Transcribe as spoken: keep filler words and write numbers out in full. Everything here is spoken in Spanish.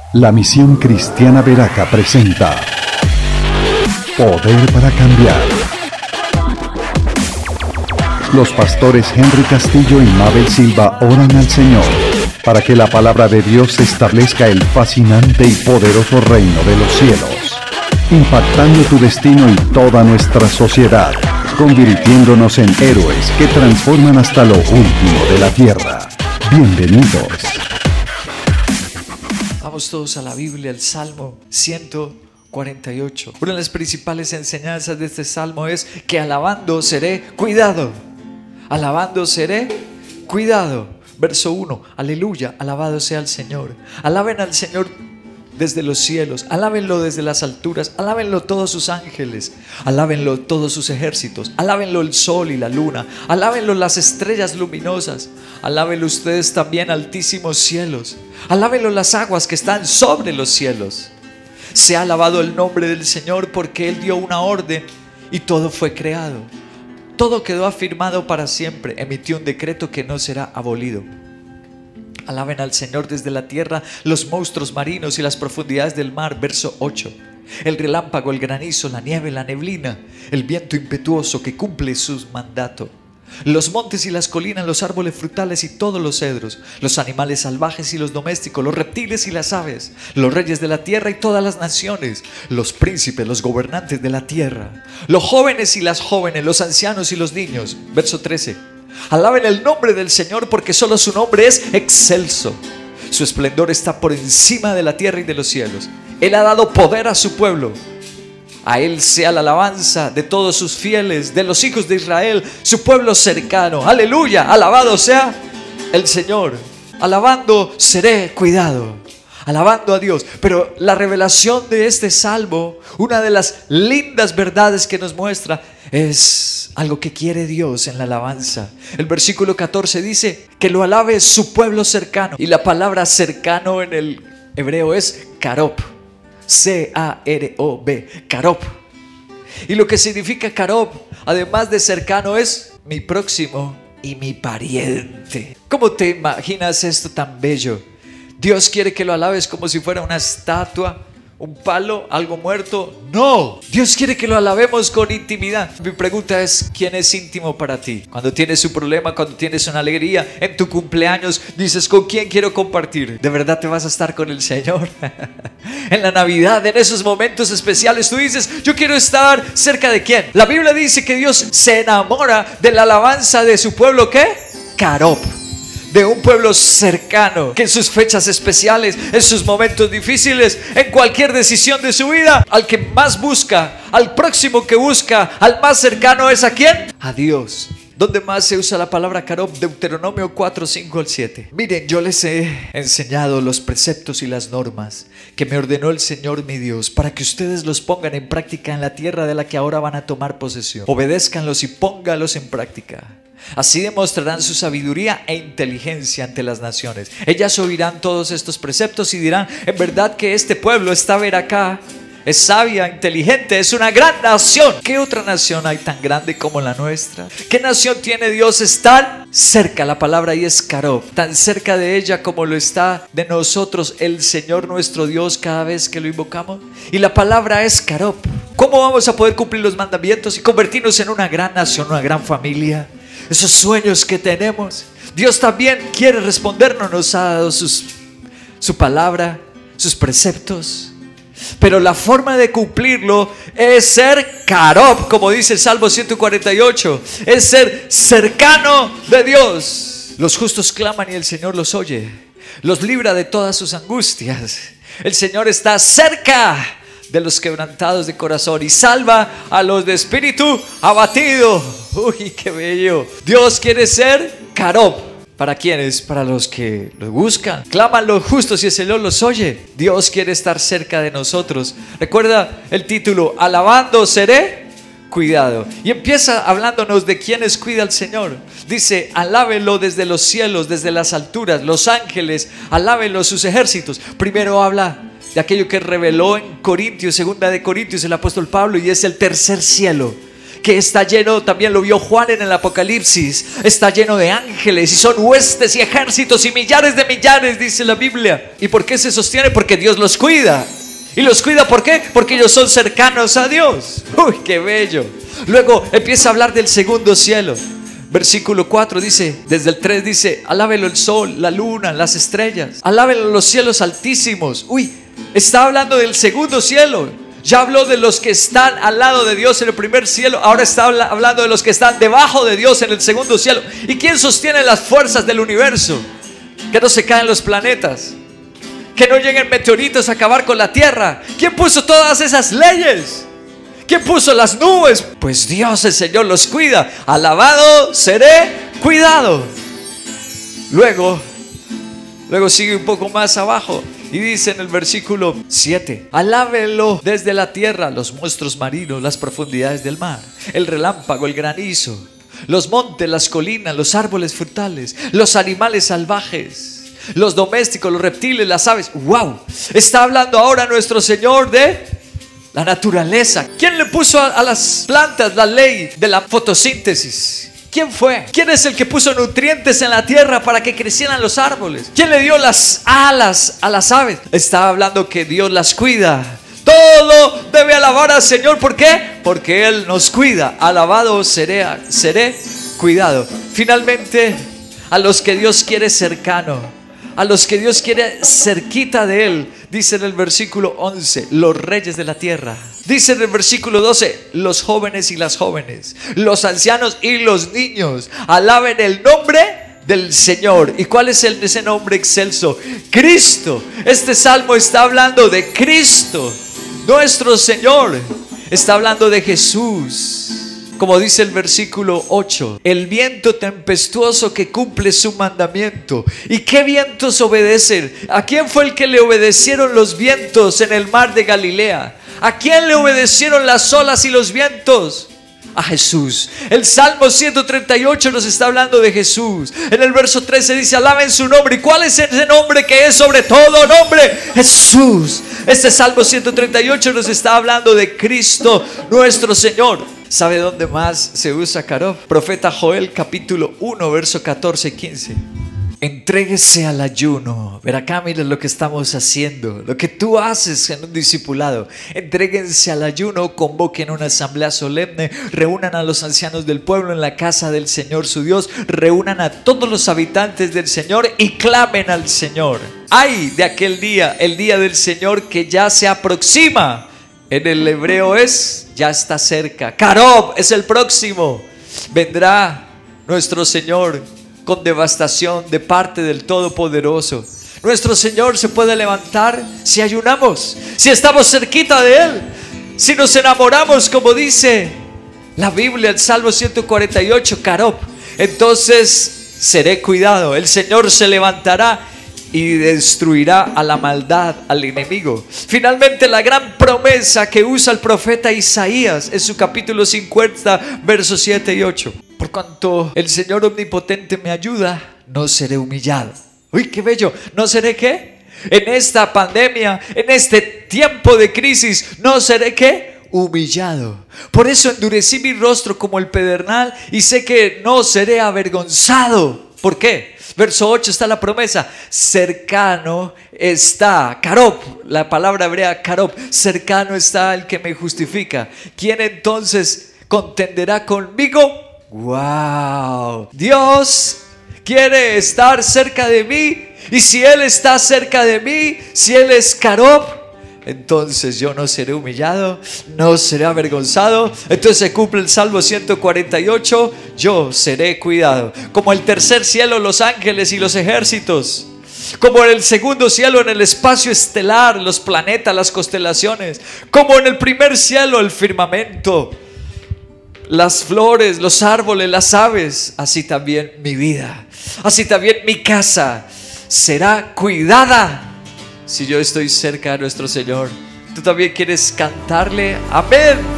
La Misión Cristiana Veraca presenta Poder para Cambiar. Los pastores Henry Castillo y Mabel Silva oran al Señor para que la palabra de Dios establezca el fascinante y poderoso reino de los cielos, impactando tu destino y toda nuestra sociedad, convirtiéndonos en héroes que transforman hasta lo último de la tierra. Bienvenidos. Vamos todos a la Biblia, el Salmo ciento cuarenta y ocho. Una de las principales enseñanzas de este Salmo es que alabando seré cuidado. Alabando seré cuidado. Verso uno, aleluya, alabado sea el Señor. Alaben al Señor desde los cielos, alábenlo desde las alturas, alábenlo todos sus ángeles, alábenlo todos sus ejércitos, alábenlo el sol y la luna, alábenlo las estrellas luminosas, alábenlo ustedes también altísimos cielos, alábenlo las aguas que están sobre los cielos. Se ha alabado el nombre del Señor porque Él dio una orden y todo fue creado. Todo quedó afirmado para siempre, emitió un decreto que no será abolido. Alaben al Señor desde la tierra los monstruos marinos y las profundidades del mar. Verso ocho. El relámpago, el granizo, la nieve, la neblina, el viento impetuoso que cumple sus mandatos. Los montes y las colinas, los árboles frutales y todos los cedros, los animales salvajes y los domésticos, los reptiles y las aves, los reyes de la tierra y todas las naciones, los príncipes, los gobernantes de la tierra, los jóvenes y las jóvenes, los ancianos y los niños. Verso trece. Alaben el nombre del Señor porque solo su nombre es excelso. Su esplendor está por encima de la tierra y de los cielos. Él ha dado poder a su pueblo. A Él sea la alabanza de todos sus fieles, de los hijos de Israel, su pueblo cercano. Aleluya, alabado sea el Señor. Alabando seré cuidado. Alabando a Dios. Pero la revelación de este salmo, una de las lindas verdades que nos muestra, es algo que quiere Dios en la alabanza. El versículo catorce dice que lo alabe su pueblo cercano. Y la palabra cercano en el hebreo es karob. C A R O B, karob. Y lo que significa karob, además de cercano, es mi próximo y mi pariente. ¿Cómo te imaginas esto tan bello? Dios quiere que lo alabes como si fuera una estatua, un palo, algo muerto. No, Dios quiere que lo alabemos con intimidad. Mi pregunta es, ¿quién es íntimo para ti? Cuando tienes un problema, cuando tienes una alegría, en tu cumpleaños, dices, ¿con quién quiero compartir? ¿De verdad te vas a estar con el Señor? En la Navidad, en esos momentos especiales, tú dices, yo quiero estar cerca de ¿quién? La Biblia dice que Dios se enamora de la alabanza de su pueblo, ¿qué? Karob. De un pueblo cercano, que en sus fechas especiales, en sus momentos difíciles, en cualquier decisión de su vida, al que más busca, al próximo que busca, al más cercano, ¿es a quién? A Dios. ¿Dónde más se usa la palabra karob? Deuteronomio cuatro, cinco al siete. Miren, yo les he enseñado los preceptos y las normas que me ordenó el Señor mi Dios, para que ustedes los pongan en práctica en la tierra de la que ahora van a tomar posesión. Obedézcanlos y póngalos en práctica. Así demostrarán su sabiduría e inteligencia ante las naciones. Ellas oirán todos estos preceptos y dirán, en verdad que este pueblo está veracá, es sabia, inteligente, es una gran nación. ¿Qué otra nación hay tan grande como la nuestra? ¿Qué nación tiene Dios? Es tan cerca, la palabra ahí es karob, tan cerca de ella como lo está de nosotros el Señor nuestro Dios cada vez que lo invocamos. Y la palabra es karob. ¿Cómo vamos a poder cumplir los mandamientos y convertirnos en una gran nación, una gran familia? Esos sueños que tenemos, Dios también quiere respondernos, nos ha dado sus, su palabra, sus preceptos. Pero la forma de cumplirlo es ser karob, como dice el Salmo ciento cuarenta y ocho, es ser cercano de Dios. Los justos claman y el Señor los oye, los libra de todas sus angustias. El Señor está cerca de los quebrantados de corazón y salva a los de espíritu abatido. Uy, qué bello. Dios quiere ser karob. ¿Para quiénes? Para los que lo buscan. Claman los justos y el Señor los oye. Dios quiere estar cerca de nosotros. Recuerda el título, alabando seré cuidado. Y empieza hablándonos de quiénes cuida el Señor. Dice, alábenlo desde los cielos, desde las alturas, los ángeles, alábenlo sus ejércitos. Primero habla de de aquello que reveló en Corintios, segunda de Corintios, el apóstol Pablo, y es el tercer cielo. que está lleno, también lo vio Juan en el Apocalipsis, está lleno de ángeles y son huestes y ejércitos y millares de millares, dice la Biblia. ¿Y por qué se sostiene? Porque Dios los cuida. ¿Y los cuida por qué? Porque ellos son cercanos a Dios. Uy, qué bello. Luego empieza a hablar del segundo cielo. Versículo cuatro dice, desde el tres dice, alábelo el sol, la luna, las estrellas, alábelo los cielos altísimos. Uy, está hablando del segundo cielo. Ya habló de los que están al lado de Dios en el primer cielo. Ahora está hablando de los que están debajo de Dios en el segundo cielo. ¿Y quién sostiene las fuerzas del universo? Que no se caen los planetas, que no lleguen meteoritos a acabar con la tierra. ¿Quién puso todas esas leyes? ¿Quién puso las nubes? Pues Dios, el Señor, los cuida. Alabado seré, cuidado. Luego, luego sigue un poco más abajo y dice en el versículo siete, alábenlo desde la tierra, los monstruos marinos, las profundidades del mar, el relámpago, el granizo, los montes, las colinas, los árboles frutales, los animales salvajes, los domésticos, los reptiles, las aves. ¡Wow! Está hablando ahora nuestro Señor de la naturaleza. ¿Quién le puso a, a las plantas la ley de la fotosíntesis? ¿Quién fue? ¿Quién es el que puso nutrientes en la tierra para que crecieran los árboles? ¿Quién le dio las alas a las aves? Está hablando que Dios las cuida. Todo debe alabar al Señor. ¿Por qué? Porque Él nos cuida. Alabado seré, seré cuidado. Finalmente, a los que Dios quiere cercano, a los que Dios quiere cerquita de Él, dice en el versículo once, los reyes de la tierra. Dice en el versículo doce, los jóvenes y las jóvenes, los ancianos y los niños, alaben el nombre del Señor. ¿Y cuál es el, ese nombre excelso? Cristo. Este salmo está hablando de Cristo, nuestro Señor. Está hablando de Jesús. Como dice el versículo ocho, el viento tempestuoso que cumple su mandamiento. ¿Y qué vientos obedecen? ¿A quién fue el que le obedecieron los vientos en el mar de Galilea? ¿A quién le obedecieron las olas y los vientos? A Jesús. El Salmo ciento treinta y ocho nos está hablando de Jesús. En el verso trece dice, alaben su nombre. ¿Y cuál es ese nombre que es sobre todo nombre? Jesús. Este Salmo ciento treinta y ocho nos está hablando de Cristo nuestro Señor. ¿Sabe dónde más se usa Carob? Profeta Joel capítulo uno verso catorce y quince. Entréguese al ayuno. Ver acá, miren lo que estamos haciendo, lo que tú haces en un discipulado. Entréguense al ayuno, convoquen una asamblea solemne, reúnan a los ancianos del pueblo en la casa del Señor su Dios, reúnan a todos los habitantes del Señor y clamen al Señor. Ay de aquel día, el día del Señor que ya se aproxima. En el hebreo es, ya está cerca. Carob es el próximo. Vendrá nuestro Señor con devastación de parte del Todopoderoso. Nuestro Señor se puede levantar si ayunamos, si estamos cerquita de Él, si nos enamoramos, como dice la Biblia, el Salmo ciento cuarenta y ocho, Carob. Entonces seré cuidado. El Señor se levantará y destruirá a la maldad, al enemigo. Finalmente, la gran promesa que usa el profeta Isaías en su capítulo cincuenta, versos siete y ocho. Por cuanto el Señor omnipotente me ayuda, no seré humillado. Uy, qué bello. ¿No seré qué? En esta pandemia, en este tiempo de crisis, no seré qué? Humillado. Por eso endurecí mi rostro como el pedernal y sé que no seré avergonzado. ¿Por qué? Verso ocho está la promesa. Cercano está, Carob, la palabra hebrea Carob, cercano está el que me justifica. ¿Quién entonces contenderá conmigo? ¡Wow! Dios quiere estar cerca de mí. Y si Él está cerca de mí, si Él es Carob, entonces yo no seré humillado, no seré avergonzado. Entonces se cumple el Salmo ciento cuarenta y ocho, yo seré cuidado. Como el tercer cielo, los ángeles y los ejércitos. Como en el segundo cielo, en el espacio estelar, los planetas, las constelaciones. Como en el primer cielo, el firmamento, las flores, los árboles, las aves. Así también mi vida, así también mi casa será cuidada si yo estoy cerca de nuestro Señor. ¿Tú también quieres cantarle? Amén.